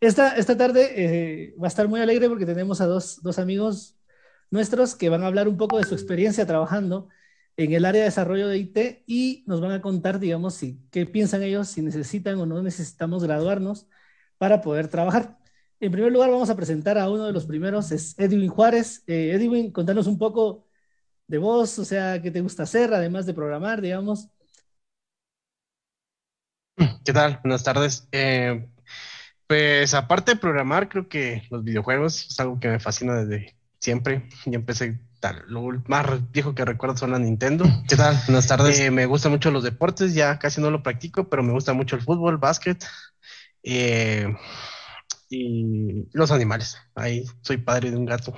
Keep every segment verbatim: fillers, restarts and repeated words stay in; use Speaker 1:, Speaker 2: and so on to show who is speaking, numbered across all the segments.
Speaker 1: Esta, esta tarde eh, va a estar muy alegre porque tenemos a dos, dos amigos nuestros que van a hablar un poco de su experiencia trabajando en el área de desarrollo de I T y nos van a contar, digamos, si, qué piensan ellos, si necesitan o no necesitamos graduarnos para poder trabajar. En primer lugar, vamos a presentar a uno de los primeros, es Edwin Juárez. Eh, Edwin, contanos un poco de vos, o sea, qué te gusta hacer, además de programar, digamos.
Speaker 2: ¿Qué tal? Buenas tardes. Eh, pues aparte de programar, creo que los videojuegos es algo que me fascina desde siempre. Yo empecé, tal, lo más viejo que recuerdo son la Nintendo.
Speaker 3: ¿Qué tal? Buenas tardes.
Speaker 2: Eh, me gustan mucho los deportes, ya casi no lo practico, pero me gusta mucho el fútbol, básquet eh, y los animales. Ahí soy padre de un gato.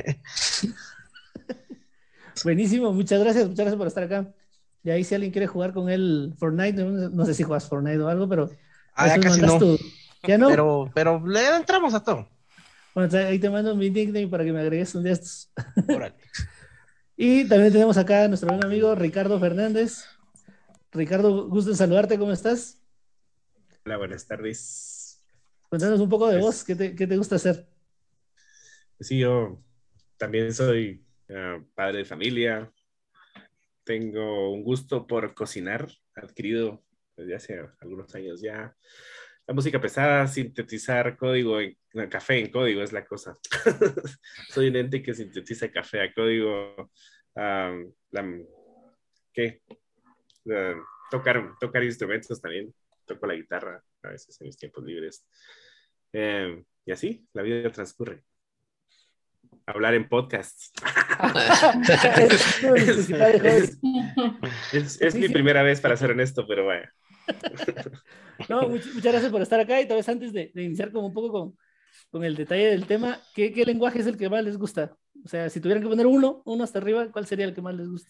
Speaker 1: Buenísimo, muchas gracias, muchas gracias por estar acá. Y ahí si alguien quiere jugar con él Fortnite, no, no sé si juegas Fortnite o algo, pero
Speaker 2: Ah, ya
Speaker 1: después
Speaker 2: casi
Speaker 1: mandas
Speaker 2: no,
Speaker 1: tu... ¿Ya no?
Speaker 2: pero, pero le entramos a todo.
Speaker 1: Bueno, ahí te mando mi nickname para que me agregues un día estos.
Speaker 2: Órale.
Speaker 1: Y también tenemos acá a nuestro buen amigo Ricardo Fernández. Ricardo, gusto en saludarte, ¿cómo estás?
Speaker 3: Hola, buenas tardes.
Speaker 1: Cuéntanos un poco de vos,
Speaker 3: Pues
Speaker 1: ¿qué te, qué te gusta hacer?
Speaker 3: sí, yo también soy ah, padre de familia. Tengo un gusto por cocinar, adquirido desde hace algunos años ya. La música pesada, sintetizar código en no, café en código es la cosa. Soy un ente que sintetiza café a código. ah, la- ¿Qué? Ah, tocar, tocar instrumentos también. Toco la guitarra a veces en mis tiempos libres. Eh, y así, la vida transcurre. Hablar en podcasts.
Speaker 1: es uno de mis
Speaker 3: es,
Speaker 1: principales hobbies.
Speaker 3: es, es, es mi
Speaker 1: Buenísimo.
Speaker 3: primera vez para ser honesto, pero bueno.
Speaker 1: No, much- muchas gracias por estar acá y tal vez antes de, de iniciar como un poco con, con el detalle del tema, ¿qué, qué lenguaje es el que más les gusta? O sea, si tuvieran que poner uno, uno hasta arriba, ¿cuál sería el que más les gusta?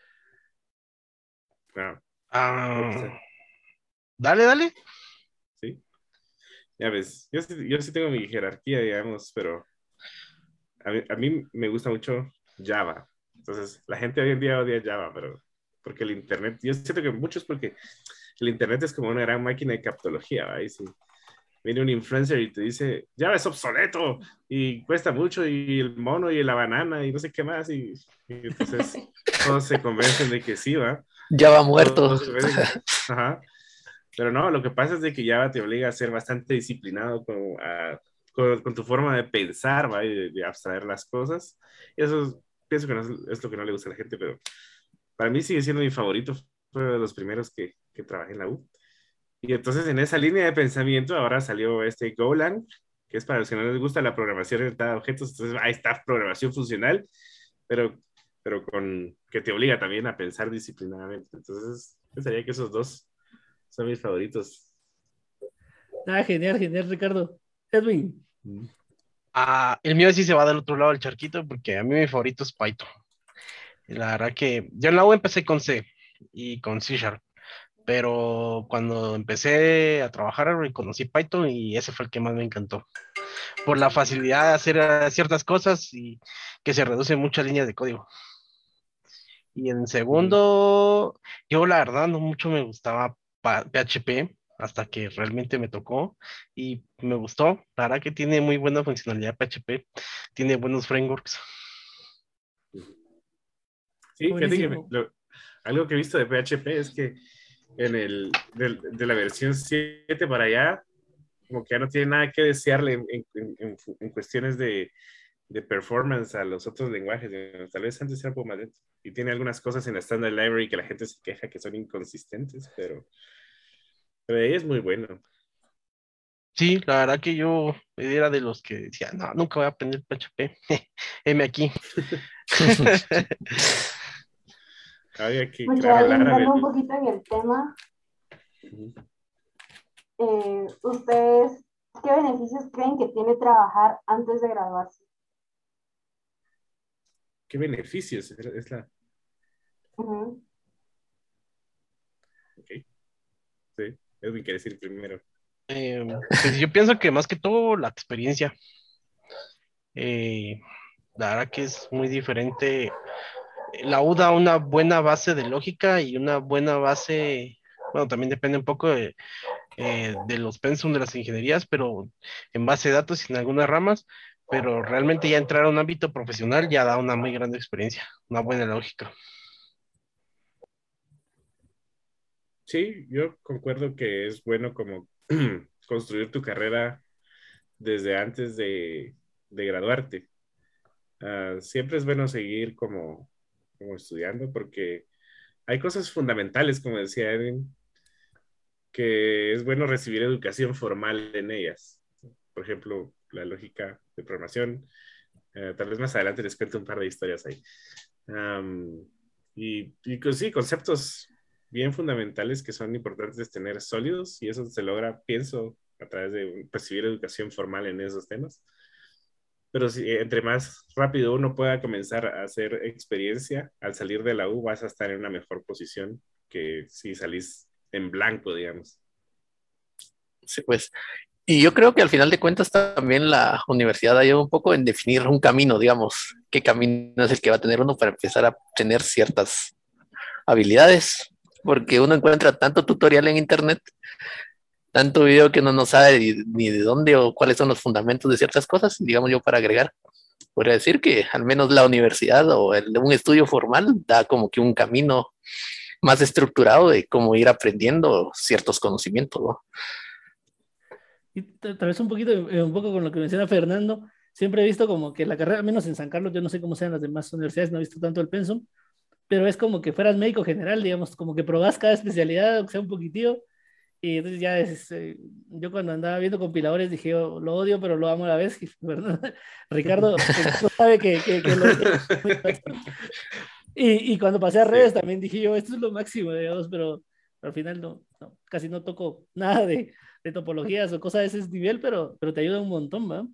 Speaker 3: No, me
Speaker 2: Ah,
Speaker 3: gusta.
Speaker 2: dale, dale.
Speaker 3: ¿Sí? Ya ves, yo, sí- yo sí tengo mi jerarquía, digamos, pero a mí, a mí me gusta mucho Java. Entonces, la gente hoy en día odia Java, pero porque el Internet, yo siento que mucho es porque el Internet es como una gran máquina de captología, ¿va? Y si viene un influencer y te dice, Java es obsoleto y cuesta mucho y el mono y la banana y no sé qué más, y, y entonces todos se convencen de que sí, ¿va?
Speaker 4: Ya va muerto.
Speaker 3: Todos se convencen, ajá. Pero no, lo que pasa es de que Java te obliga a ser bastante disciplinado con, a- con, con tu forma de pensar, ¿va? Y de, de abstraer las cosas. Y eso es- pienso que no es, es lo que no le gusta a la gente, pero para mí sigue siendo mi favorito. Fue de los primeros que, que trabajé en la U. Y entonces en esa línea de pensamiento ahora salió este Golang, que es para los que no les gusta la programación orientada a objetos. Entonces ahí está programación funcional, pero, pero con que te obliga también a pensar disciplinadamente. Entonces pensaría que esos dos son mis favoritos.
Speaker 1: Ah, genial, genial, Ricardo. Edwin.
Speaker 3: Mm.
Speaker 2: Ah, el mío sí se va del otro lado del charquito porque a mí mi favorito es Python. Y la verdad que yo en la U empecé con C y con C Sharp, pero cuando empecé a trabajar conocí Python y ese fue el que más me encantó. Por la facilidad de hacer eh, ciertas cosas y que se reducen muchas líneas de código. Y en
Speaker 3: Ujú.
Speaker 2: segundo, yo la verdad no mucho me gustaba pa- P H P hasta que realmente me tocó y me gustó. La verdad que tiene muy buena funcionalidad P H P, tiene buenos frameworks.
Speaker 3: Sí, fíjate que me-
Speaker 1: Buenísimo.
Speaker 3: lo- algo que he visto de P H P es que en el, del- de, la versión siete para allá, como que ya no tiene nada que desearle en, en- en- en cuestiones de, de performance a los otros lenguajes. Digamos. Tal vez antes era un poco más lento. Y tiene algunas cosas en la Standard Library que la gente se queja que son inconsistentes, pero, pero ahí es muy bueno.
Speaker 2: Sí, la verdad que yo era de los que decía, no, nunca voy a aprender P H P. M aquí.
Speaker 3: Había que
Speaker 5: Mucho,
Speaker 3: crear
Speaker 5: entrando un
Speaker 3: Laravel.
Speaker 5: poquito en el tema,
Speaker 3: Ujú.
Speaker 5: eh, ¿ustedes qué beneficios creen que tiene trabajar antes de graduarse?
Speaker 3: ¿Qué beneficios? Es la, es la-
Speaker 5: Ujú.
Speaker 3: ok, sí. Edwin quiere decir primero.
Speaker 2: Eh, pues yo pienso que más que todo la experiencia. Eh, la verdad que es muy diferente. La U da una buena base de lógica y una buena base, bueno, también depende un poco de eh, de los pensum de las ingenierías, pero en base de datos y en algunas ramas, pero realmente ya entrar a un ámbito profesional ya da una muy grande experiencia, una buena lógica.
Speaker 3: Sí, yo concuerdo que es bueno como construir tu carrera desde antes de, de graduarte. Uh, siempre es bueno seguir como, como estudiando porque hay cosas fundamentales, como decía Edwin, que es bueno recibir educación formal en ellas. Por ejemplo, la lógica de programación. Uh, tal vez más adelante les cuento un par de historias ahí. Um, y, y sí, conceptos bien fundamentales que son importantes tener sólidos y eso se logra, pienso, a través de recibir educación formal en esos temas. Pero si entre más rápido uno pueda comenzar a hacer experiencia, al salir de la U vas a estar en una mejor posición que si salís en blanco, digamos.
Speaker 4: Sí, pues. Y yo creo que al final de cuentas también la universidad ayuda un poco en definir un camino, digamos, qué camino es el que va a tener uno para empezar a tener ciertas habilidades, porque uno encuentra tanto tutorial en internet, tanto video que uno no sabe ni, ni de dónde o cuáles son los fundamentos de ciertas cosas. Digamos, yo para agregar, podría decir que al menos la universidad o el, un estudio formal da como que un camino más estructurado de cómo ir aprendiendo ciertos conocimientos, ¿no?
Speaker 1: Y tal vez un poquito, eh, un poco con lo que menciona Fernando, siempre he visto como que la carrera, al menos en San Carlos, yo no sé cómo sean las demás universidades, no he visto tanto el pensum, pero es como que fueras médico general, digamos, como que probás cada especialidad, aunque sea un poquitillo, y entonces ya es, eh, yo cuando andaba viendo compiladores dije, yo lo odio, pero lo amo a la vez, y, ¿verdad? Ricardo, Ricardo sabe que, que, que lo y, y cuando pasé a redes sí. También dije yo, esto es lo máximo, digamos, pero, pero al final no, no, casi no toco nada de, de topologías o cosas de ese nivel, pero, pero te ayuda un montón, ¿va?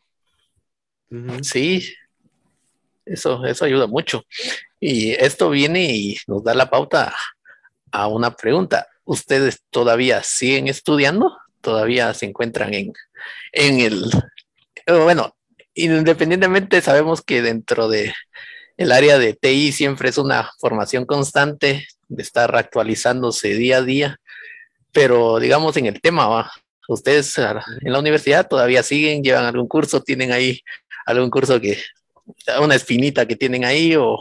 Speaker 4: Sí, eso, eso ayuda mucho. Y esto viene y nos da la pauta a una pregunta. ¿Ustedes todavía siguen estudiando? ¿Todavía se encuentran en, en el... Bueno, independientemente sabemos que dentro de el área de T I siempre es una formación constante de estar actualizándose día a día, pero digamos en el tema, ¿va? ¿Ustedes en la universidad todavía siguen, llevan algún curso, tienen ahí algún curso que, una espinita que tienen ahí o,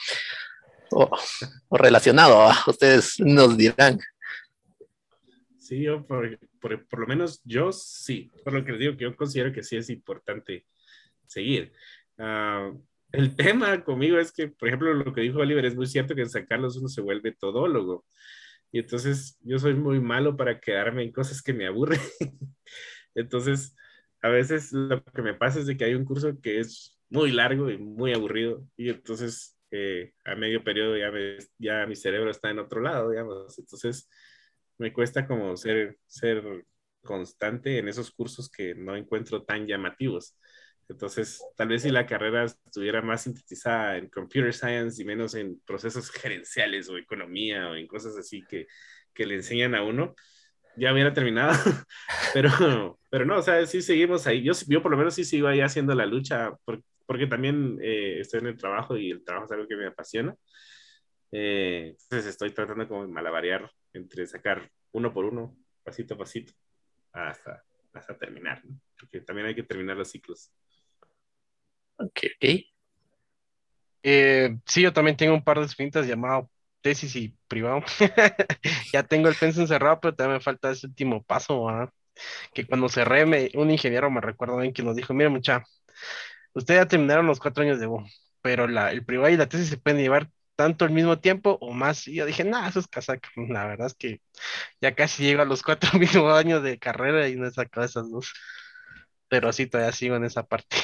Speaker 4: o, o relacionado, ¿va? Ustedes nos dirán.
Speaker 3: Sí, yo por, por, por lo menos yo sí, por lo que les digo que yo considero que sí es importante seguir. Uh, el tema conmigo es que, por ejemplo, lo que dijo Oliver es muy cierto que en San Carlos uno se vuelve todólogo. Y entonces yo soy muy malo para quedarme en cosas que me aburren. Entonces, a veces lo que me pasa es de que hay un curso que es muy largo y muy aburrido. Y entonces eh, a medio periodo ya, me, ya mi cerebro está en otro lado, digamos. Entonces me cuesta como ser, ser constante en esos cursos que no encuentro tan llamativos. Entonces, tal vez si la carrera estuviera más sintetizada en computer science y menos en procesos gerenciales o economía o en cosas así que, que le enseñan a uno, ya hubiera terminado. pero, pero no, o sea, sí seguimos ahí. Yo, yo por lo menos sí sigo ahí haciendo la lucha por, porque también eh, estoy en el trabajo y el trabajo es algo que me apasiona. Eh, entonces estoy tratando como de malabarear entre sacar uno por uno, pasito a pasito, hasta, hasta terminar, ¿no? Porque también hay que terminar los ciclos.
Speaker 4: Ok, ok.
Speaker 2: Eh, sí, yo también tengo un par de espinitas llamado tesis y privado. Ya tengo el pensum cerrado, pero también me falta ese último paso, ¿verdad? Que cuando cerré, me, un ingeniero me recuerdo bien que nos dijo, mire mucha, ustedes ya terminaron los cuatro años de U, pero la, el privado y la tesis se pueden llevar tanto al mismo tiempo o más. Y yo dije, nada, eso es casaca. La verdad es que ya casi llego a los cuatro mismos años de carrera y no he sacado esas dos. Pero sí, todavía sigo en esa parte.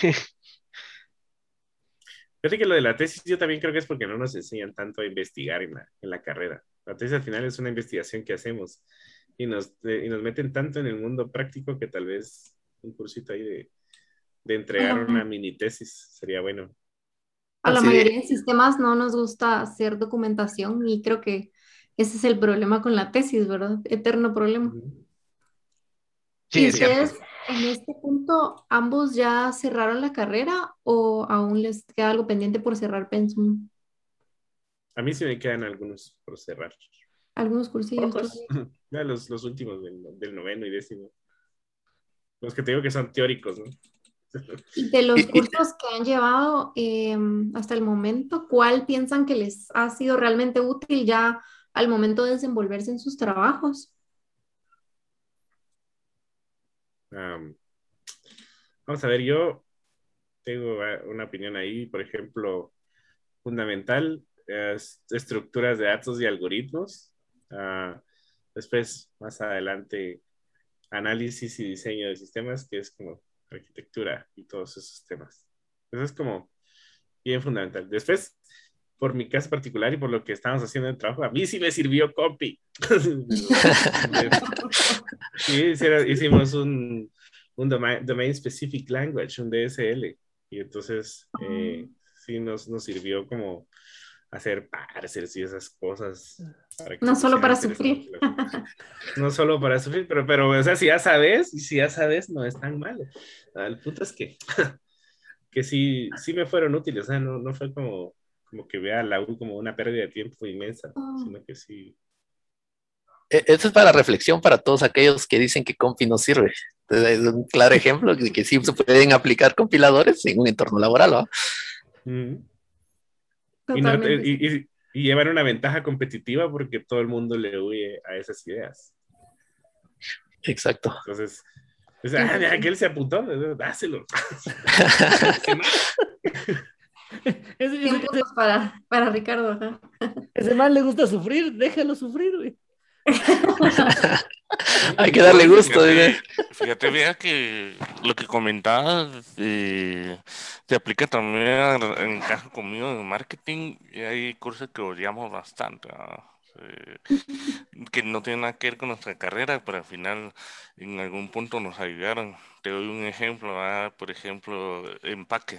Speaker 3: Fíjate que lo de la tesis yo también creo que es porque no nos enseñan tanto a investigar en la, en la carrera. La tesis al final es una investigación que hacemos y nos, de, y nos meten tanto en el mundo práctico que tal vez un cursito ahí de, de entregar uh-huh. una mini tesis sería bueno.
Speaker 6: A la mayoría de sistemas no nos gusta hacer documentación y creo que ese es el problema con la tesis, ¿verdad? Eterno problema.
Speaker 3: Uh-huh.
Speaker 6: Sí, ¿y ustedes cierto. En este punto ambos ya cerraron la carrera o aún les queda algo pendiente por cerrar pensum?
Speaker 3: A mí sí me quedan algunos por cerrar.
Speaker 6: Algunos cursillos.
Speaker 3: Pocos.
Speaker 6: todavía.
Speaker 3: Ya los, los últimos del, del noveno y décimo. Los que te digo que son teóricos, ¿no?
Speaker 6: Y de los
Speaker 4: Y, y-
Speaker 6: cursos que han llevado eh, hasta el momento, ¿cuál piensan que les ha sido realmente útil ya al momento de desenvolverse en sus trabajos?
Speaker 3: Um, vamos a ver, yo tengo eh, una opinión ahí, por ejemplo, fundamental, es estructuras de datos y algoritmos. Uh, después, más adelante, análisis y diseño de sistemas, que es como arquitectura y todos esos temas. Eso es como bien fundamental. Después, por mi caso particular y por lo que estamos haciendo en el trabajo, a mí sí me sirvió copy. Sí, hiciera- hicimos un, un domain, domain Specific Language, un D S L, y entonces eh, sí nos, nos sirvió como hacer parsers y esas cosas para que
Speaker 6: No
Speaker 3: se
Speaker 6: solo
Speaker 3: pusiera
Speaker 6: para
Speaker 3: interesante
Speaker 6: sufrir.
Speaker 3: la cosa. No solo para sufrir, pero, pero, o sea, si ya sabes, y si ya sabes, no es tan malo. El punto es que, que sí, sí me fueron útiles, o sea, no, no fue como, como que vea la U como una pérdida de tiempo inmensa,
Speaker 6: Oh,
Speaker 3: sino que sí.
Speaker 4: e- eso es para reflexión para todos aquellos que dicen que Compi no sirve. Entonces, es un claro ejemplo de que sí se pueden aplicar compiladores en un entorno laboral, ¿no?
Speaker 3: Mm. Y, no,
Speaker 6: totalmente.
Speaker 3: y, y, y llevan una ventaja competitiva porque todo el mundo le huye a esas ideas.
Speaker 4: Exacto.
Speaker 3: Entonces, es, ah, mira,
Speaker 6: cien por ciento.
Speaker 3: aquel se apuntó, dáselo.
Speaker 1: Ese,
Speaker 6: cien
Speaker 1: ese, ese,
Speaker 6: puntos para, para Ricardo. Ajá.
Speaker 1: ese man le gusta sufrir, déjalo sufrir, güey.
Speaker 4: Hay que darle gusto,
Speaker 7: Fíjate,
Speaker 4: dice.
Speaker 7: fíjate, vea que lo que comentabas eh, se aplica también a- en caso conmigo en marketing y hay cursos que odiamos bastante, ¿verdad? Eh, que no tienen nada que ver con nuestra carrera, pero al final en algún punto nos ayudaron. Te doy un ejemplo, ¿verdad? Por ejemplo, empaque.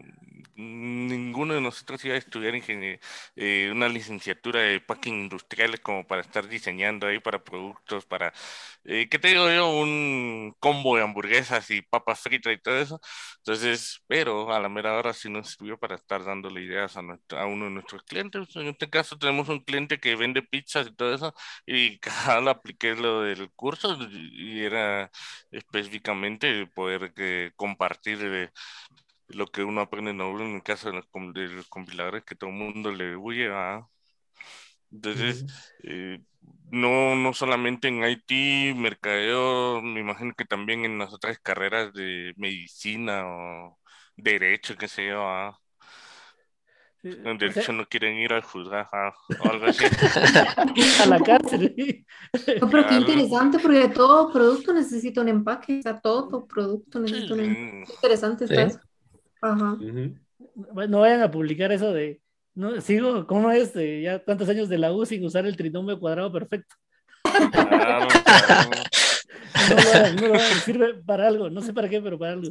Speaker 7: Ninguno de nosotros iba a estudiar ingenie- eh, una licenciatura de packing industriales como para estar diseñando ahí para productos, para, eh, ¿qué te digo yo? Un combo de hamburguesas y papas fritas y todo eso. Entonces, pero a la mera hora sí nos sirvió para estar dándole ideas a, nuestra- a uno de nuestros clientes. En este caso tenemos un cliente que vende pizzas y todo eso y cada apliqué lo del curso y y era específicamente poder eh, compartir eh, lo que uno aprende en la U, en el caso de los, com- de los compiladores que todo el mundo le huye a. Entonces,
Speaker 3: Ujú.
Speaker 7: eh, no, no solamente en I T, mercadeo, me imagino que también en las otras carreras de medicina o derecho, qué sé yo, ah,
Speaker 1: Sí,
Speaker 7: en
Speaker 1: o
Speaker 7: derecho
Speaker 1: sea,
Speaker 7: no quieren ir a juzgar ah, o algo así.
Speaker 1: a la cárcel. ¿Sí?
Speaker 6: No, pero qué
Speaker 7: Cabal,
Speaker 6: interesante porque todo producto necesita un empaque, o sea, todo producto necesita un empaque.
Speaker 7: sí,
Speaker 6: Qué interesante está
Speaker 4: Sí.
Speaker 6: eso. Ajá.
Speaker 3: Ujú.
Speaker 1: Bueno, no vayan a publicar eso de, no, sigo, ¿cómo es? De ya tantos años de la U sin usar el trinomio cuadrado perfecto.
Speaker 7: claro, cabal.
Speaker 1: No lo hagan, no lo hagan, sirve para algo, no sé para qué, pero para algo.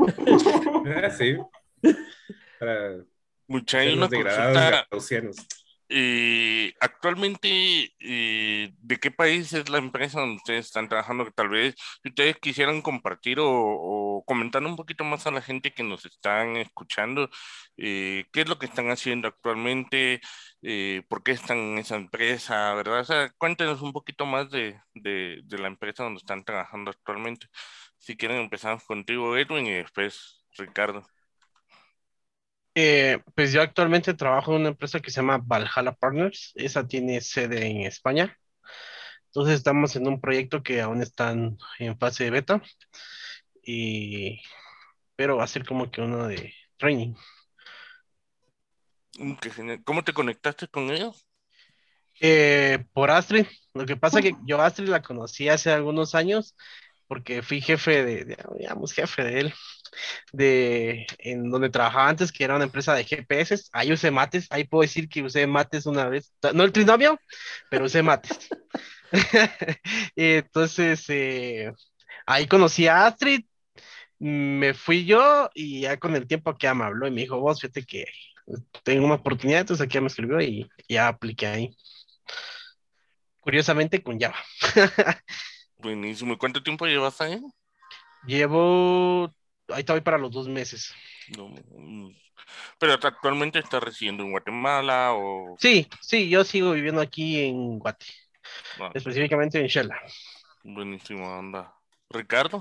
Speaker 3: Ah, sí, para
Speaker 7: Mucha, hay
Speaker 3: hacer
Speaker 7: una
Speaker 3: los degradados
Speaker 7: consulta.
Speaker 3: gaussianos.
Speaker 7: Eh, actualmente, eh, ¿de qué país es la empresa donde ustedes están trabajando? Que tal vez si ustedes quisieran compartir o, o comentar un poquito más a la gente que nos están escuchando, eh, qué es lo que están haciendo actualmente, eh, por qué están en esa empresa, ¿verdad? O sea, cuéntenos un poquito más de, de, de la empresa donde están trabajando actualmente. Si quieren, empezamos contigo, Edwin, y después Ricardo.
Speaker 2: Eh, pues yo actualmente trabajo en una empresa que se llama Valhalla Partners. Esa tiene sede en España. Entonces estamos en un proyecto que aún está en en fase de beta, y, pero va a ser como que uno de training.
Speaker 7: Mm, qué genial. ¿Cómo te conectaste con ellos?
Speaker 2: Eh, por Astrid. Lo que pasa que yo a Astrid la conocí hace algunos años porque fui jefe de, de- digamos, jefe de él, de en donde trabajaba antes, que era una empresa de G P S. Ahí usé mates, ahí puedo decir que usé mates una vez, no el trinomio, pero usé mates. Y entonces, eh, ahí conocí a Astrid, me fui yo y ya con el tiempo que ya me habló y me dijo, vos, fíjate que tengo una oportunidad, entonces aquí ya me escribió y ya apliqué ahí. Curiosamente con Java.
Speaker 7: Buenísimo. ¿Y cuánto tiempo llevas ahí?
Speaker 2: Llevo, ahí voy para los dos meses.
Speaker 7: No, mm. Pero actualmente está residiendo en Guatemala o...
Speaker 2: Sí, sí, yo sigo viviendo aquí en Guate,
Speaker 7: No,
Speaker 2: específicamente en Shela.
Speaker 7: buenísimo, anda. Ricardo.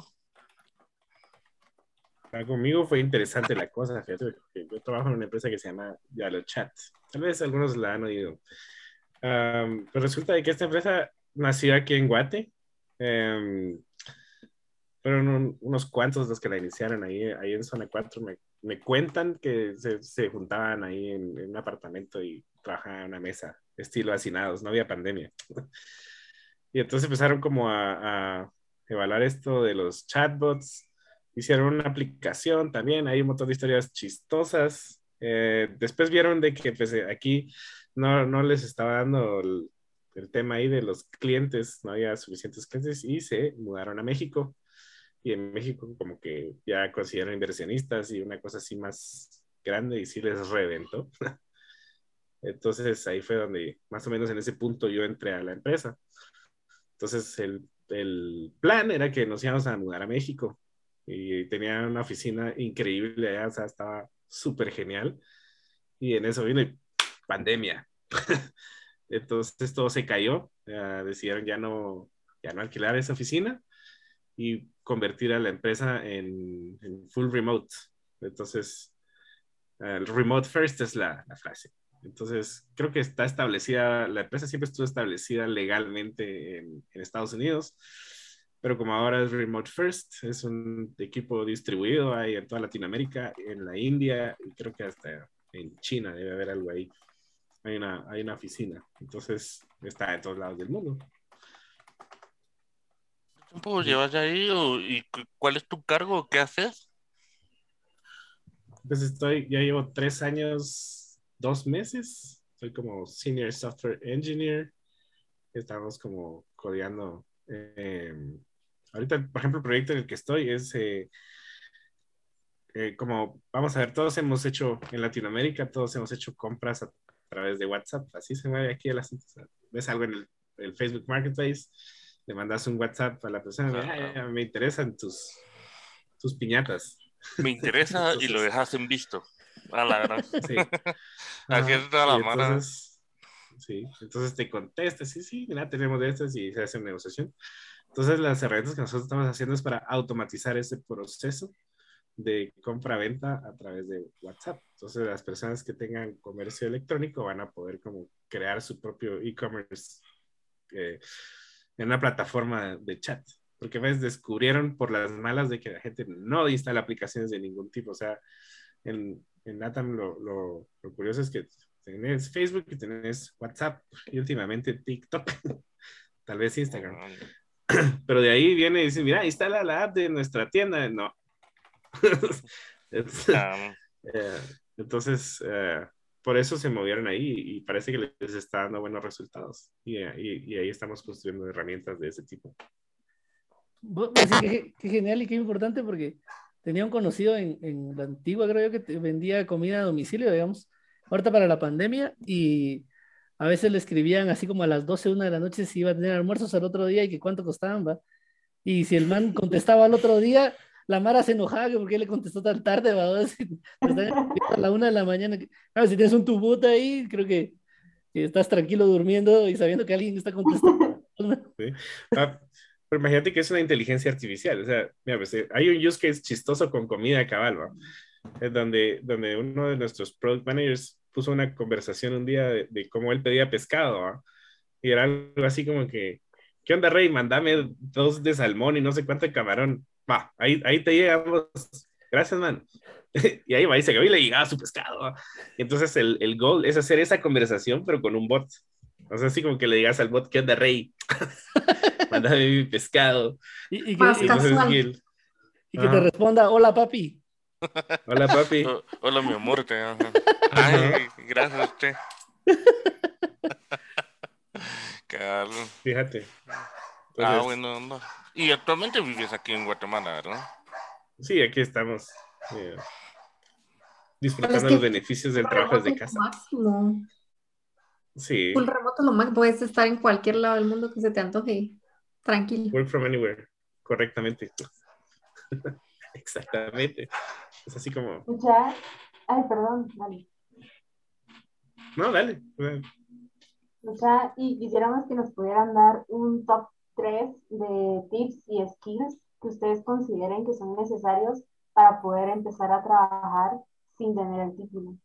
Speaker 3: Ah, conmigo fue interesante la cosa, fíjate, porque yo trabajo en una empresa que se llama YaloChat. Tal vez algunos la han oído. Um, pero resulta de que esta empresa nació aquí en Guate. Um, fueron un, unos cuantos los que la iniciaron ahí, ahí en Zona cuatro. Me, me cuentan que se, se juntaban ahí en, en un apartamento y trabajaban en una mesa, estilo hacinados, no había pandemia. Y entonces empezaron como a, a evaluar esto de los chatbots. Hicieron una aplicación también, hay un montón de historias chistosas. Eh, después vieron de que pues, aquí no, no les estaba dando el, el tema ahí de los clientes, no había suficientes clientes y se mudaron a México. Y en México como que ya consiguieron inversionistas y una cosa así más grande y sí les reventó. Entonces ahí fue donde más o menos en ese punto yo entré a la empresa. Entonces el, el plan era que nos íbamos a mudar a México. Y tenía una oficina increíble allá, o sea, estaba súper genial. Y en eso vino y pandemia. Entonces todo se cayó. Uh, decidieron ya no, ya no alquilar esa oficina y convertir a la empresa en, en full remote. Entonces, uh, el remote first es la, la frase. Entonces, creo que está establecida, la empresa siempre estuvo establecida legalmente en, en Estados Unidos. Pero como ahora es Remote First, es un equipo distribuido ahí en toda Latinoamérica, en la India y creo que hasta en China debe haber algo ahí. Hay una, hay una oficina. Entonces está en todos lados del mundo.
Speaker 7: ¿Qué tiempo llevas ahí o, y cuál es tu cargo? ¿Qué haces?
Speaker 3: Pues estoy, ya llevo tres años, dos meses. Soy como Senior Software Engineer. Estamos como codeando. Eh, ahorita, por ejemplo, el proyecto en el que estoy es eh, eh, como, vamos a ver, todos hemos hecho en Latinoamérica, todos hemos hecho compras a través de WhatsApp, así se mueve aquí el asunto. O sea, ves algo en el, el Facebook Marketplace, le mandas un WhatsApp a la persona,
Speaker 7: Ah,
Speaker 3: ah, me interesan tus, tus piñatas.
Speaker 7: me interesa
Speaker 3: Entonces,
Speaker 7: y lo dejas en visto. A la gran.
Speaker 3: Sí.
Speaker 7: Así
Speaker 3: Ajá.
Speaker 7: es toda la
Speaker 3: Y
Speaker 7: mara.
Speaker 3: entonces, sí, entonces te contestas, sí, sí, mira, tenemos de estas y se hace una negociación. Entonces, las herramientas que nosotros estamos haciendo es para automatizar ese proceso de compra-venta a través de WhatsApp. Entonces, las personas que tengan comercio electrónico van a poder como crear su propio e-commerce eh, en una plataforma de chat. Porque ves, descubrieron por las malas de que la gente no instala aplicaciones de ningún tipo. O sea, en, en LATAM lo, lo, lo curioso es que tenés Facebook y tenés WhatsApp y últimamente TikTok, tal vez Instagram. Pero de ahí viene y dice, mira, instala la app de nuestra tienda. No. eh, entonces, eh, por eso se movieron ahí y parece que les está dando buenos resultados. Y, y, y ahí estamos construyendo herramientas de ese tipo.
Speaker 1: Pues sí, qué, qué genial y qué importante porque tenía un conocido en, en la antigua, creo yo, que te vendía comida a domicilio, digamos, ahorita para la pandemia y a veces le escribían así como a las doce, una de la noche si iba a tener almuerzos al otro día y que cuánto costaban, va. Y si el man contestaba al otro día, la Mara se enojaba que por qué le contestó tan tarde, va. Si te están a la una de la mañana. Claro, si tienes un tubuta ahí, creo que, que estás tranquilo durmiendo y sabiendo que alguien está contestando.
Speaker 3: Sí. Ah, pero imagínate que es una inteligencia artificial. O sea, mira, pues, hay un use case chistoso con comida cabal, ¿va? Es donde, donde uno de nuestros product managers puso una conversación un día de, de cómo él pedía pescado, ¿va? Y era algo así como que, ¿qué onda, Rey? Mándame dos de salmón y no sé cuánto de camarón. Va, ahí, ahí te llegamos. Gracias, man. Y ahí va, y se acabó y le llegaba su pescado, ¿va? Y entonces el, el goal es hacer esa conversación, pero con un bot. O sea, así como que le digas al bot, ¿qué onda, Rey? Mándame mi pescado.
Speaker 1: Y, y que,
Speaker 6: Más
Speaker 1: y,
Speaker 3: Entonces,
Speaker 6: casual.
Speaker 3: y el,
Speaker 1: y que te
Speaker 3: ajá.
Speaker 1: responda, hola, papi.
Speaker 3: Hola, papi.
Speaker 7: O- Hola, mi amor. Te... Ay, gracias, che. Cabal.
Speaker 3: Fíjate.
Speaker 7: Ah,
Speaker 3: Entonces,
Speaker 7: bueno, no. Y actualmente vives aquí en Guatemala, ¿verdad?
Speaker 3: sí, aquí estamos eh,
Speaker 6: Pero es
Speaker 3: disfrutando
Speaker 6: que
Speaker 3: los beneficios del
Speaker 6: full
Speaker 3: trabajo
Speaker 6: remoto
Speaker 3: desde
Speaker 6: es lo
Speaker 3: casa.
Speaker 6: máximo.
Speaker 3: Sí,
Speaker 6: Full remoto es lo máximo. Puedes estar en cualquier lado del mundo que se te antoje. Tranquilo.
Speaker 3: work from anywhere, correctamente. Exactamente. Es así como...
Speaker 5: Ya, ay, perdón, dale.
Speaker 3: No, dale.
Speaker 5: Ya, y quisiéramos que nos pudieran dar un top tres de tips y skills que ustedes consideren que son necesarios para poder empezar a trabajar sin tener el título.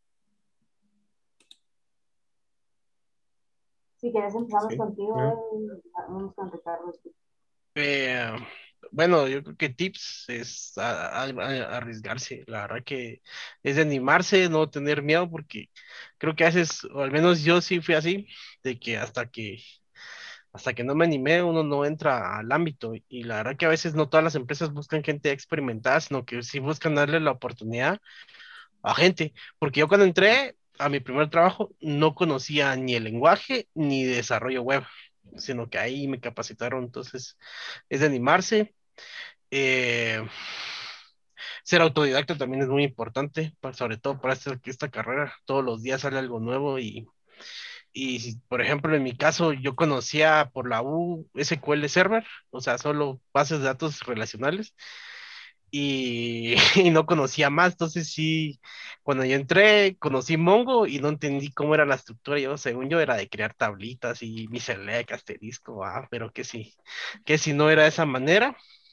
Speaker 5: Si quieres empezamos
Speaker 3: Sí,
Speaker 5: contigo,
Speaker 3: ¿no?
Speaker 5: Edwin, vamos con Ricardo.
Speaker 2: Eh, bueno, yo creo que tips es a- a- a- arriesgarse. La verdad que es de animarse, no tener miedo, porque creo que a veces, o al menos yo sí fui así, de que hasta que hasta que no me animé, uno no entra al ámbito. Y la verdad que a veces no todas las empresas buscan gente experimentada, sino que sí buscan darle la oportunidad a gente. Porque yo cuando entré a mi primer trabajo no conocía ni el lenguaje ni desarrollo web, sino que ahí me capacitaron. Entonces, es de animarse. Eh, Ser autodidacta también es muy importante, pa- sobre todo para esta, esta carrera. Todos los días sale algo nuevo y, y si, por ejemplo, en mi caso, yo conocía por la U S Q L Server, o sea, solo bases de datos relacionales y, y no conocía más. Entonces sí, cuando yo entré, conocí Mongo y no entendí cómo era la estructura. Yo, según yo, era de crear tablitas y mi select, asterisco, ah, pero que sí, que si no era de esa manera.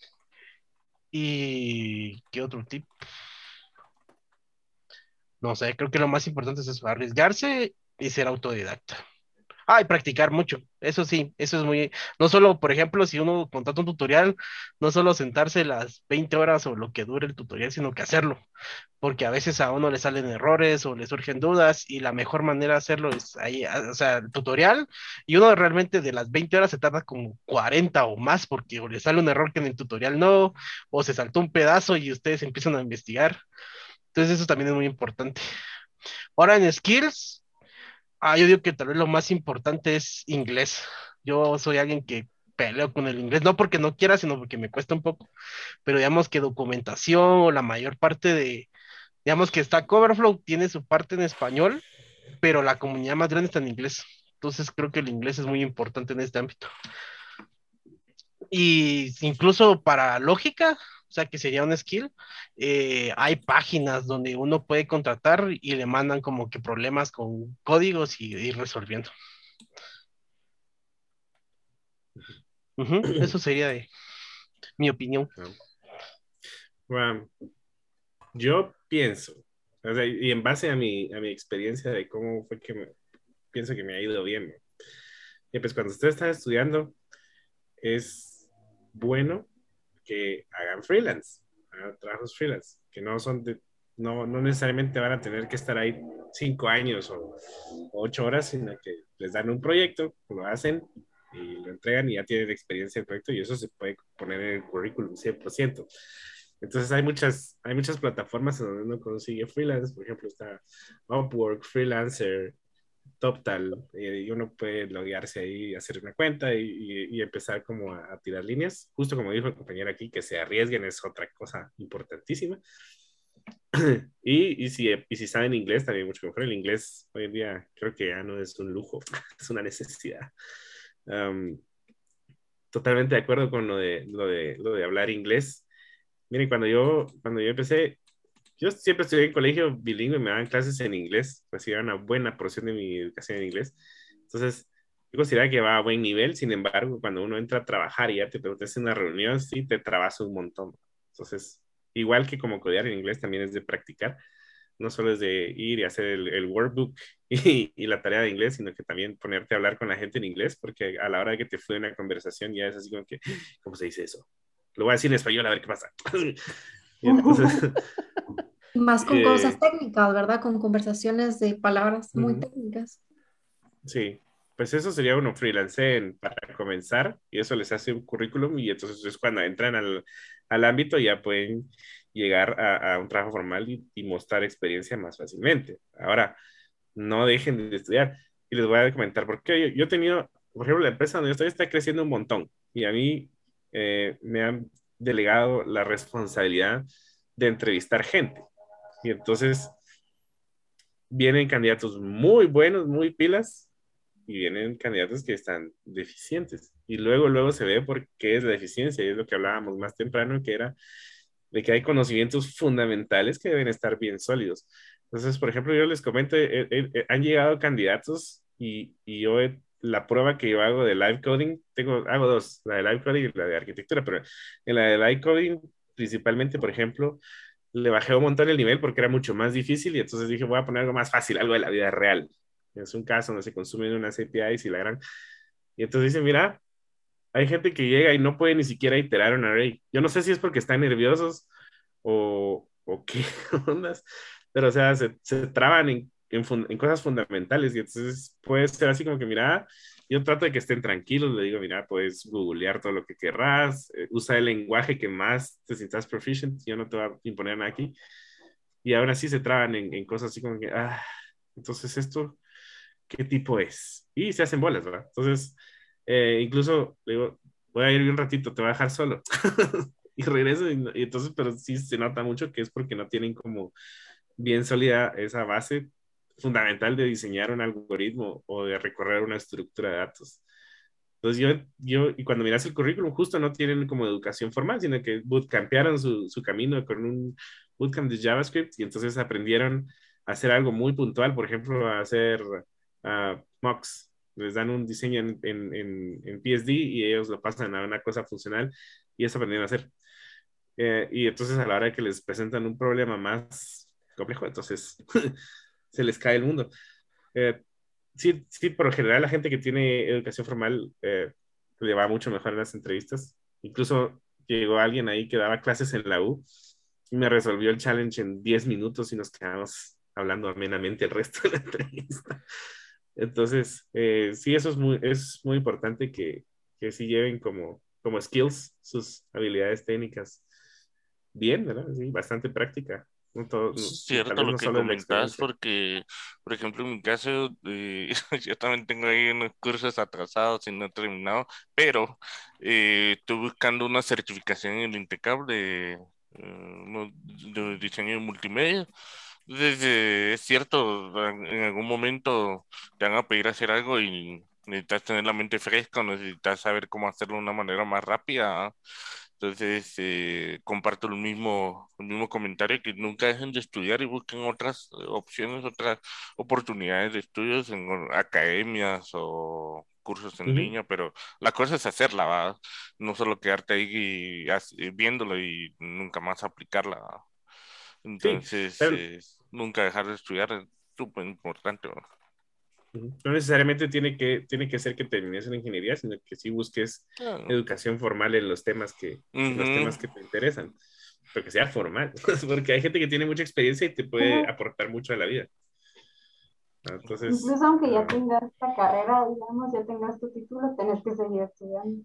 Speaker 2: ¿Y qué otro tip? No sé, creo que lo más importante es eso, arriesgarse y ser autodidacta. Ah, y practicar mucho. Eso sí, eso es muy... No solo, por ejemplo, si uno contrata un tutorial, no solo sentarse las veinte horas o lo que dure el tutorial, sino que hacerlo. Porque a veces a uno le salen errores o le surgen dudas y la mejor manera de hacerlo es ahí, a- o sea, el tutorial. Y uno realmente de las veinte horas se tarda como cuarenta o más porque o le sale un error que en el tutorial no, o se saltó un pedazo y ustedes empiezan a investigar. Entonces eso también es muy importante. Ahora en skills, ah, yo digo que tal vez lo más importante es inglés. Yo soy alguien que peleo con el inglés, no porque no quiera, sino porque me cuesta un poco, pero digamos que documentación o la mayor parte de, digamos que Stack Overflow tiene su parte en español, pero la comunidad más grande está en inglés. Entonces creo que el inglés es muy importante en este ámbito. Y incluso para lógica, o sea, que sería un skill, eh, hay páginas donde uno puede contratar y le mandan como que problemas con códigos y ir resolviendo. Ujú, eso sería de mi opinión.
Speaker 3: No. Bueno, yo pienso, o sea, y en base a mi, a mi experiencia de cómo fue que me, pienso que me ha ido bien, ¿no? Y pues cuando ustedes están estudiando, es bueno que hagan freelance, hagan trabajos freelance, que no son de, no, no necesariamente van a tener que estar ahí cinco años o, o ocho horas, sino que les dan un proyecto, lo hacen y lo entregan y ya tienen experiencia en el proyecto y eso se puede poner en el currículum cien por ciento. Entonces hay muchas, hay muchas plataformas en donde uno consigue freelance, por ejemplo está Upwork, Freelancer, TopTal, eh, y uno puede loguearse ahí, hacer una cuenta y, y, y empezar como a, a, tirar líneas. Justo como dijo el compañero aquí, que se arriesguen es otra cosa importantísima. y, y, si, y si saben inglés, también mucho mejor. El inglés hoy en día creo que ya no es un lujo, es una necesidad. Um, totalmente de acuerdo con lo de, lo de, lo de hablar inglés. Miren, cuando yo, cuando yo empecé, yo siempre estudié en colegio bilingüe, me daban clases en inglés, recibía una buena porción de mi educación en inglés. Entonces, yo consideraba que va a buen nivel, sin embargo, cuando uno entra a trabajar y ya te preguntas en una reunión, sí te trabas un montón. Entonces, igual que como codear en inglés, también es de practicar. No solo es de ir y hacer el, el workbook y, y, la tarea de inglés, sino que también ponerte a hablar con la gente en inglés, porque a la hora de que te fluye una conversación ya es así como que, ¿cómo se dice eso? Lo voy a decir en español a ver qué pasa. Y entonces,
Speaker 6: Más con cosas
Speaker 3: eh,
Speaker 6: técnicas, ¿verdad? Con conversaciones de palabras muy
Speaker 3: uh-huh.
Speaker 6: técnicas.
Speaker 3: Sí, pues eso sería uno freelance para comenzar y eso les hace un currículum y entonces es cuando entran al, al ámbito ya pueden llegar a, a un trabajo formal y, y mostrar experiencia más fácilmente. Ahora, no dejen de estudiar y les voy a comentar por qué. Yo, yo he tenido, por ejemplo, la empresa donde yo estoy está creciendo un montón y a mí eh, me han delegado la responsabilidad de entrevistar gente y entonces vienen candidatos muy buenos, muy pilas y vienen candidatos que están deficientes. Y luego, luego se ve por qué es la deficiencia, y es lo que hablábamos más temprano, que era de que hay conocimientos fundamentales que deben estar bien sólidos. Entonces, por ejemplo, yo les comento, eh, eh, eh, han llegado candidatos y, y yo he, la prueba que yo hago de live coding, tengo, hago dos, la de live coding y la de arquitectura, pero en la de live coding, principalmente, por ejemplo, le bajé un montón el nivel porque era mucho más difícil y entonces dije, voy a poner algo más fácil, algo de la vida real. Es un caso donde se consumen unas A P Is y la gran... Y entonces dicen, mira, hay gente que llega y no puede ni siquiera iterar un array. Yo no sé si es porque están nerviosos o, o qué ondas, pero o sea, se, se traban en, en, fun, en cosas fundamentales y entonces puede ser así como que, mira, yo trato de que estén tranquilos, le digo, mira, puedes googlear todo lo que querrás, eh, usa el lenguaje que más te sientas proficient, yo no te voy a imponer nada aquí. Y aún así se traban en, en cosas así como que, ah, entonces esto, ¿qué tipo es? Y se hacen bolas, ¿verdad? Entonces, eh, incluso le digo, voy a ir un ratito, te voy a dejar solo. Y regreso, y, y entonces, pero sí se nota mucho que es porque no tienen como bien sólida esa base fundamental de diseñar un algoritmo o de recorrer una estructura de datos. Entonces yo, yo y cuando miras el currículum, justo no tienen como educación formal, sino que bootcampearon su, su camino con un bootcamp de JavaScript y entonces aprendieron a hacer algo muy puntual, por ejemplo, a hacer uh, mocks. Les dan un diseño en, en, en, en P S D y ellos lo pasan a una cosa funcional y eso aprendieron a hacer. Eh, y entonces a la hora que les presentan un problema más complejo, entonces se les cae el mundo. Eh, sí, sí, por lo general la gente que tiene educación formal eh, le va mucho mejor en las entrevistas. Incluso llegó alguien ahí que daba clases en la U y me resolvió el challenge en diez minutos y nos quedamos hablando amenamente el resto de la entrevista. Entonces, eh, sí, eso es muy, es muy importante que, que sí lleven como, como skills sus habilidades técnicas bien, ¿verdad? Sí, bastante práctica. No todo, no, tal
Speaker 7: Cierto
Speaker 3: vez
Speaker 7: lo
Speaker 3: no
Speaker 7: que
Speaker 3: solo de la
Speaker 7: comentas,
Speaker 3: experiencia.
Speaker 7: porque, por ejemplo, en mi caso, eh, yo también tengo ahí unos cursos atrasados y no he terminado, pero eh, estoy buscando una certificación en el INTECAP de, eh, no- de diseño de multimedia. Entonces, es cierto, en en algún momento te van a pedir hacer algo y necesitas tener la mente fresca, o necesitas saber cómo hacerlo de una manera más rápida. ¿Ah? Entonces, eh, comparto el mismo, el mismo comentario, que nunca dejen de estudiar y busquen otras eh, opciones, otras oportunidades de estudios en o- academias o cursos en
Speaker 3: Ujú.
Speaker 7: línea, pero la cosa es hacerla, ¿va? No solo quedarte ahí y, as- y viéndolo y nunca más aplicarla, ¿va?
Speaker 3: Sí,
Speaker 7: Entonces,
Speaker 3: pero
Speaker 7: eh, nunca dejar de estudiar es súper importante, ¿va?
Speaker 3: ujú, no necesariamente tiene que, tiene que ser que termines en ingeniería, sino que sí busques
Speaker 7: Claro.
Speaker 3: educación formal en los temas que, en los
Speaker 7: Ujú.
Speaker 3: temas que te interesan, pero que sea formal, porque hay gente que tiene mucha experiencia y te puede
Speaker 5: Ujú.
Speaker 3: aportar mucho a la vida. Ah, entonces,
Speaker 5: Incluso aunque ya
Speaker 3: ah,
Speaker 5: tengas la carrera, digamos, ya tengas tu título, tenés que seguir estudiando.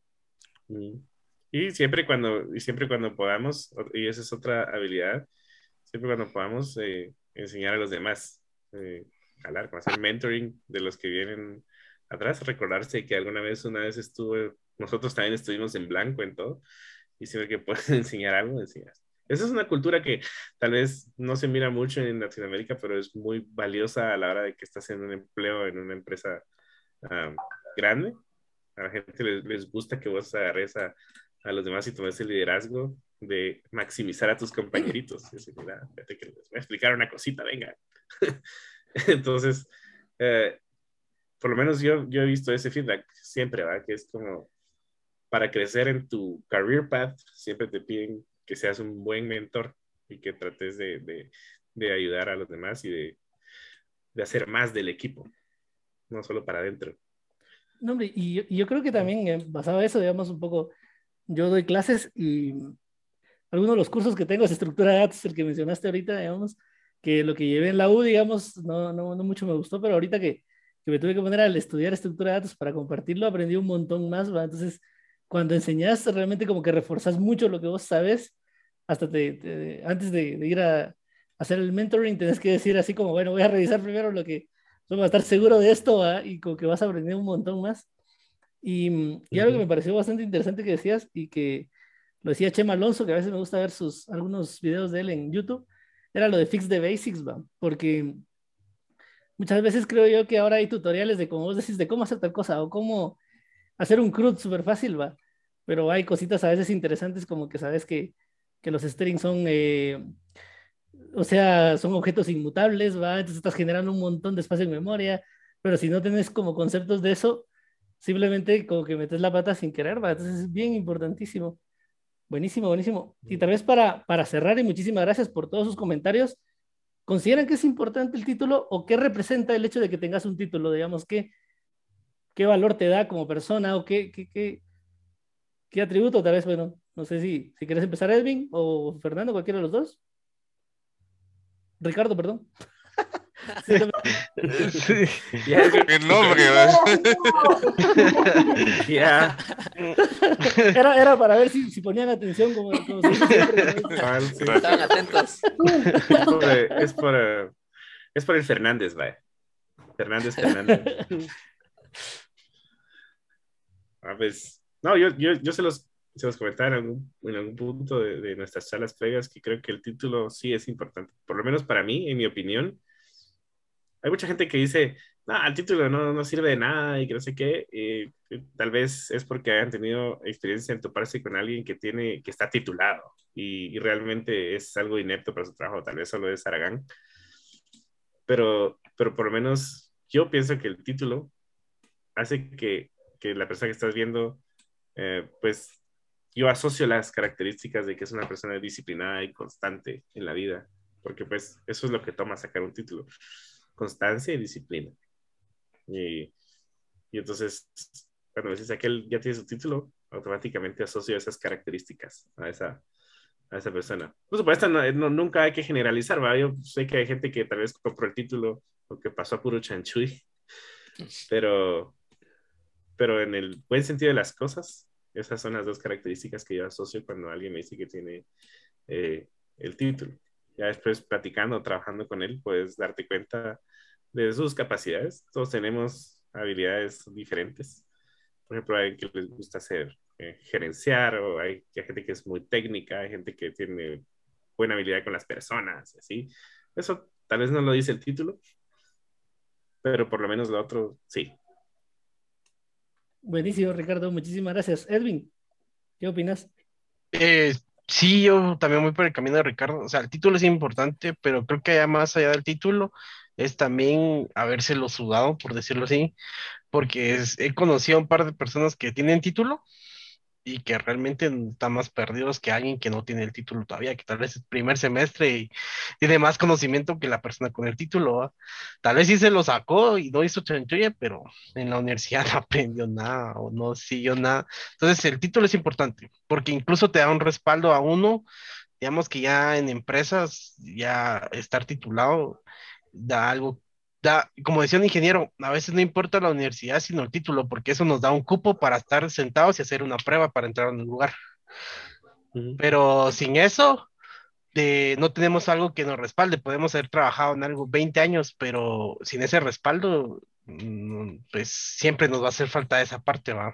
Speaker 3: mm. Y siempre cuando, y siempre cuando podamos, y esa es otra habilidad, siempre cuando podamos eh, enseñar a los demás, eh, hablar, hacer mentoring de los que vienen atrás, recordarse que alguna vez, una vez estuve, nosotros también estuvimos en blanco en todo, y siempre que puedes enseñar algo, enseñas. Esa es una cultura que tal vez no se mira mucho en Latinoamérica, pero es muy valiosa a la hora de que estás en un empleo, en una empresa um, grande. A la gente les, les gusta que vos agarres a, a los demás y tomes el liderazgo de maximizar a tus compañeritos. Es decir, mira, fíjate que les voy a explicar una cosita, venga. Entonces, eh, por lo menos yo, yo he visto ese feedback siempre, ¿verdad? Que es como para crecer en tu career path, siempre te piden que seas un buen mentor y que trates de, de, de ayudar a los demás y de, de hacer más del equipo, no solo para adentro.
Speaker 1: No, hombre, y yo, y yo creo que también, eh, basado en eso, digamos, un poco, yo doy clases y algunos de los cursos que tengo es estructura de datos, el que mencionaste ahorita, digamos, que lo que llevé en la U, digamos, no, no, no mucho me gustó, pero ahorita que, que me tuve que poner al estudiar estructura de datos para compartirlo, aprendí un montón más, ¿va? Entonces, cuando enseñas, realmente como que reforzas mucho lo que vos sabes, hasta te, te- antes de, de ir a, hacer el mentoring, tenés que decir así como, bueno, voy a revisar primero lo que, voy a estar seguro de esto, ¿va? Y como que vas a aprender un montón más. Y, mm, y algo que me
Speaker 3: Uh-huh.
Speaker 1: pareció bastante interesante que decías y que lo decía Chema Alonso, que a veces me gusta ver sus, algunos videos de él en YouTube, era lo de Fix the Basics, ¿va? Porque muchas veces creo yo que ahora hay tutoriales de, como vos decís, de cómo hacer tal cosa o cómo hacer un CRUD súper fácil, ¿va? Pero hay cositas a veces interesantes como que sabes que, que los strings son, eh, o sea, son objetos inmutables, ¿va? Entonces estás generando un montón de espacio en memoria, pero si no tienes como conceptos de eso, simplemente como que metes la pata sin querer, ¿va? Entonces es bien importantísimo. Buenísimo, buenísimo. Y tal vez para, para cerrar, y muchísimas gracias por todos sus comentarios, ¿consideran que es importante el título o qué representa el hecho de que tengas un título? Digamos, ¿qué, qué valor te da como persona o qué, qué, qué, qué atributo tal vez? Bueno, no sé si, si quieres empezar, Edwin o Fernando, cualquiera de los dos. Ricardo, perdón. Sí,
Speaker 2: Sí.
Speaker 3: Ya,
Speaker 7: El nombre,
Speaker 3: ya.
Speaker 1: Era, era para ver si, si ponían atención, como, como se dice siempre, como dice.
Speaker 3: Cabal, sí.
Speaker 4: Estaban atentos.
Speaker 3: Es por, eh, es por, eh, es por el Fernández, vaya. Fernández Fernández. Ah, pues, no, yo, yo, yo se los, se los comentaba en algún, en algún punto de, de nuestras charlas previas que creo que el título sí es importante. Por lo menos para mí, en mi opinión. Hay mucha gente que dice, no, el título no, no sirve de nada y que no sé qué. Eh, tal vez es porque hayan tenido experiencia en toparse con alguien que, tiene, que está titulado y, y realmente es algo inepto para su trabajo. Tal vez solo es Aragán. Pero, pero por lo menos yo pienso que el título hace que, que la persona que estás viendo, eh, pues yo asocio las características de que es una persona disciplinada y constante en la vida. Porque pues eso es lo que toma sacar un título. Constancia y disciplina. Y, y entonces, cuando dices aquel ya tiene su título, automáticamente asocio esas características a esa, a esa persona. Por supuesto, no, no, nunca hay que generalizar, ¿va? Yo sé que hay gente que tal vez compró el título o que pasó a puro chanchuy, pero, pero en el buen sentido de las cosas, esas son las dos características que yo asocio cuando alguien me dice que tiene eh, el título. Ya después, platicando, trabajando con él, puedes darte cuenta de sus capacidades. Todos tenemos habilidades diferentes. Por ejemplo, hay que les gusta hacer eh, gerenciar, o hay, hay gente que es muy técnica, hay gente que tiene buena habilidad con las personas, así. Eso tal vez no lo dice el título, pero por lo menos lo otro, sí.
Speaker 1: Buenísimo, Ricardo, muchísimas gracias. Edwin, ¿qué opinas?
Speaker 2: Eh, sí, yo también voy por el camino de Ricardo. O sea, el título es importante, pero creo que ya más allá del título es también habérselo sudado, por decirlo así, porque es- he conocido a un par de personas que tienen título y que realmente están más perdidos que alguien que no tiene el título todavía, que tal vez es primer semestre y tiene más conocimiento que la persona con el título, ¿va? Tal vez sí se lo sacó y no hizo chanchulla, pero en la universidad no aprendió nada o no siguió nada. Entonces el título es importante porque incluso te da un respaldo a uno, digamos que ya en empresas, ya estar titulado da algo. Da, como decía un ingeniero, a veces no importa la universidad, sino el título, porque eso nos da un cupo para estar sentados y hacer una prueba para entrar en un lugar.
Speaker 3: Uh-huh.
Speaker 2: Pero sin eso, eh, no tenemos algo que nos respalde. Podemos haber trabajado en algo veinte años, pero sin ese respaldo, mm, pues siempre nos va a hacer falta esa parte, ¿va?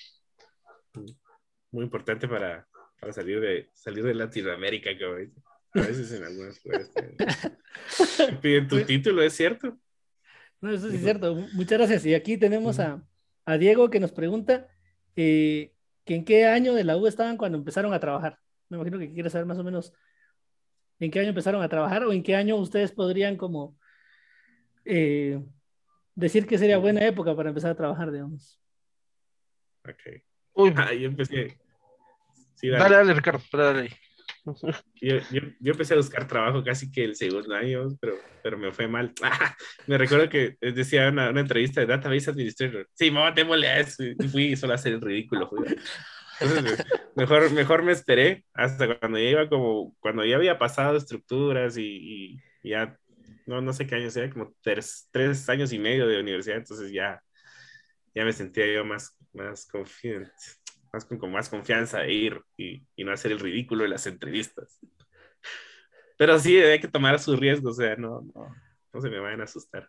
Speaker 3: Muy importante para, para salir, de, salir de Latinoamérica, como dice. A veces en algunas lugares te piden tu título, ¿es cierto?
Speaker 1: No, eso sí es cierto. Muchas gracias. Y aquí tenemos a, a Diego que nos pregunta eh, que en qué año de la U estaban cuando empezaron a trabajar. Me imagino que quiere saber más o menos en qué año empezaron a trabajar o en qué año ustedes podrían como eh, decir que sería buena época para empezar a trabajar, digamos.
Speaker 3: Ok.
Speaker 2: Uy,
Speaker 3: Ah, yo empecé. Sí,
Speaker 2: dale,
Speaker 3: dale.
Speaker 2: dale, Ricardo, dale.
Speaker 3: Yo, yo, yo empecé a buscar trabajo casi que el segundo año, pero, pero me fue mal. Ah, me recuerdo que decía una, una entrevista de Database Administrator. Sí, mamá, démosle a eso. Y fui solo a hacer el ridículo. Fui. Entonces, mejor, mejor me esperé hasta cuando ya iba como, cuando ya había pasado estructuras y, y ya, no, no sé qué años era, como tres, tres años y medio de universidad. Entonces ya, ya me sentía yo más, más confiante. Más con, con más confianza de ir y, y no hacer el ridículo de las entrevistas. Pero sí, hay que tomar sus riesgos, o sea, no, no, no se me vayan a asustar.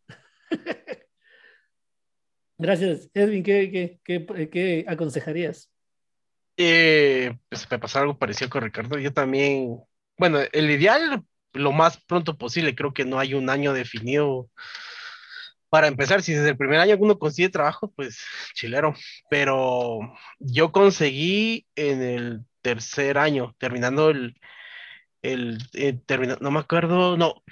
Speaker 1: Gracias. Edwin, ¿qué, qué, qué, qué aconsejarías?
Speaker 2: Eh, pues me pasó algo parecido con Ricardo. Yo también, bueno, el ideal, lo más pronto posible. Creo que no hay un año definido para empezar. Si desde el primer año uno consigue trabajo, pues chilero. Pero yo conseguí en el tercer año, terminando el, el, eh, termina- no me acuerdo, no,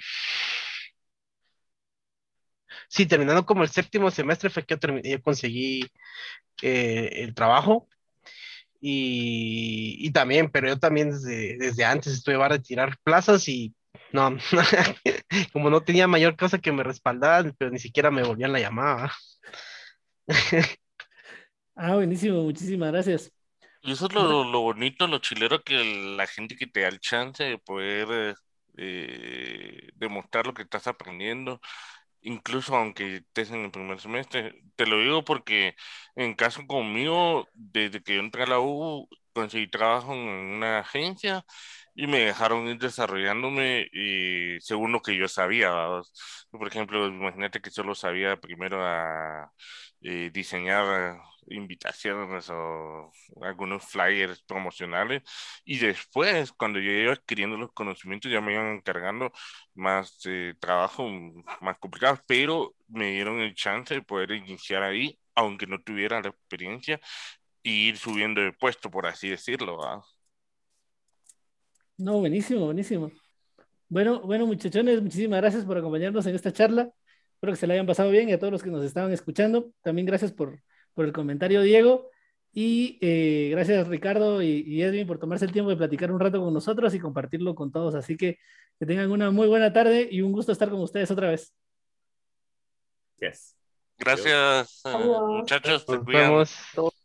Speaker 2: sí, terminando como el séptimo semestre fue que yo, terminé, yo conseguí eh, el trabajo y, y también, pero yo también desde, desde antes estuve a retirar plazas y no, como no tenía mayor cosa que me respaldaran, pero ni siquiera me volvían la llamada.
Speaker 1: Ah, buenísimo, muchísimas gracias.
Speaker 7: Y eso es
Speaker 1: Bueno,
Speaker 7: lo, lo bonito, lo chilero, que la gente que te da el chance de poder eh, demostrar lo que estás aprendiendo, incluso aunque estés en el primer semestre. Te lo digo porque en caso conmigo, desde que yo entré a la U, conseguí trabajo en una agencia y me dejaron ir desarrollándome eh, según lo que yo sabía. ¿Verdad? Por ejemplo, imagínate que solo sabía primero a eh, diseñar invitaciones o algunos flyers promocionales y después, cuando yo iba adquiriendo los conocimientos, ya me iban encargando más eh, trabajo, más complicado, pero me dieron el chance de poder iniciar ahí, aunque no tuviera la experiencia, y ir subiendo de puesto, por así decirlo, ¿verdad?
Speaker 1: no, buenísimo, buenísimo. Bueno, bueno, muchachones, muchísimas gracias por acompañarnos en esta charla. Espero que se la hayan pasado bien y a todos los que nos estaban escuchando. También gracias por, por el comentario, Diego. Y eh, gracias, Ricardo y, y Edwin, por tomarse el tiempo de platicar un rato con nosotros y compartirlo con todos. Así que que tengan una muy buena tarde y un gusto estar con ustedes otra vez.
Speaker 3: Yes. Adiós.
Speaker 7: Gracias, eh,
Speaker 5: Adiós.
Speaker 7: muchachos, se
Speaker 2: Nos
Speaker 7: cuidan.
Speaker 2: vemos.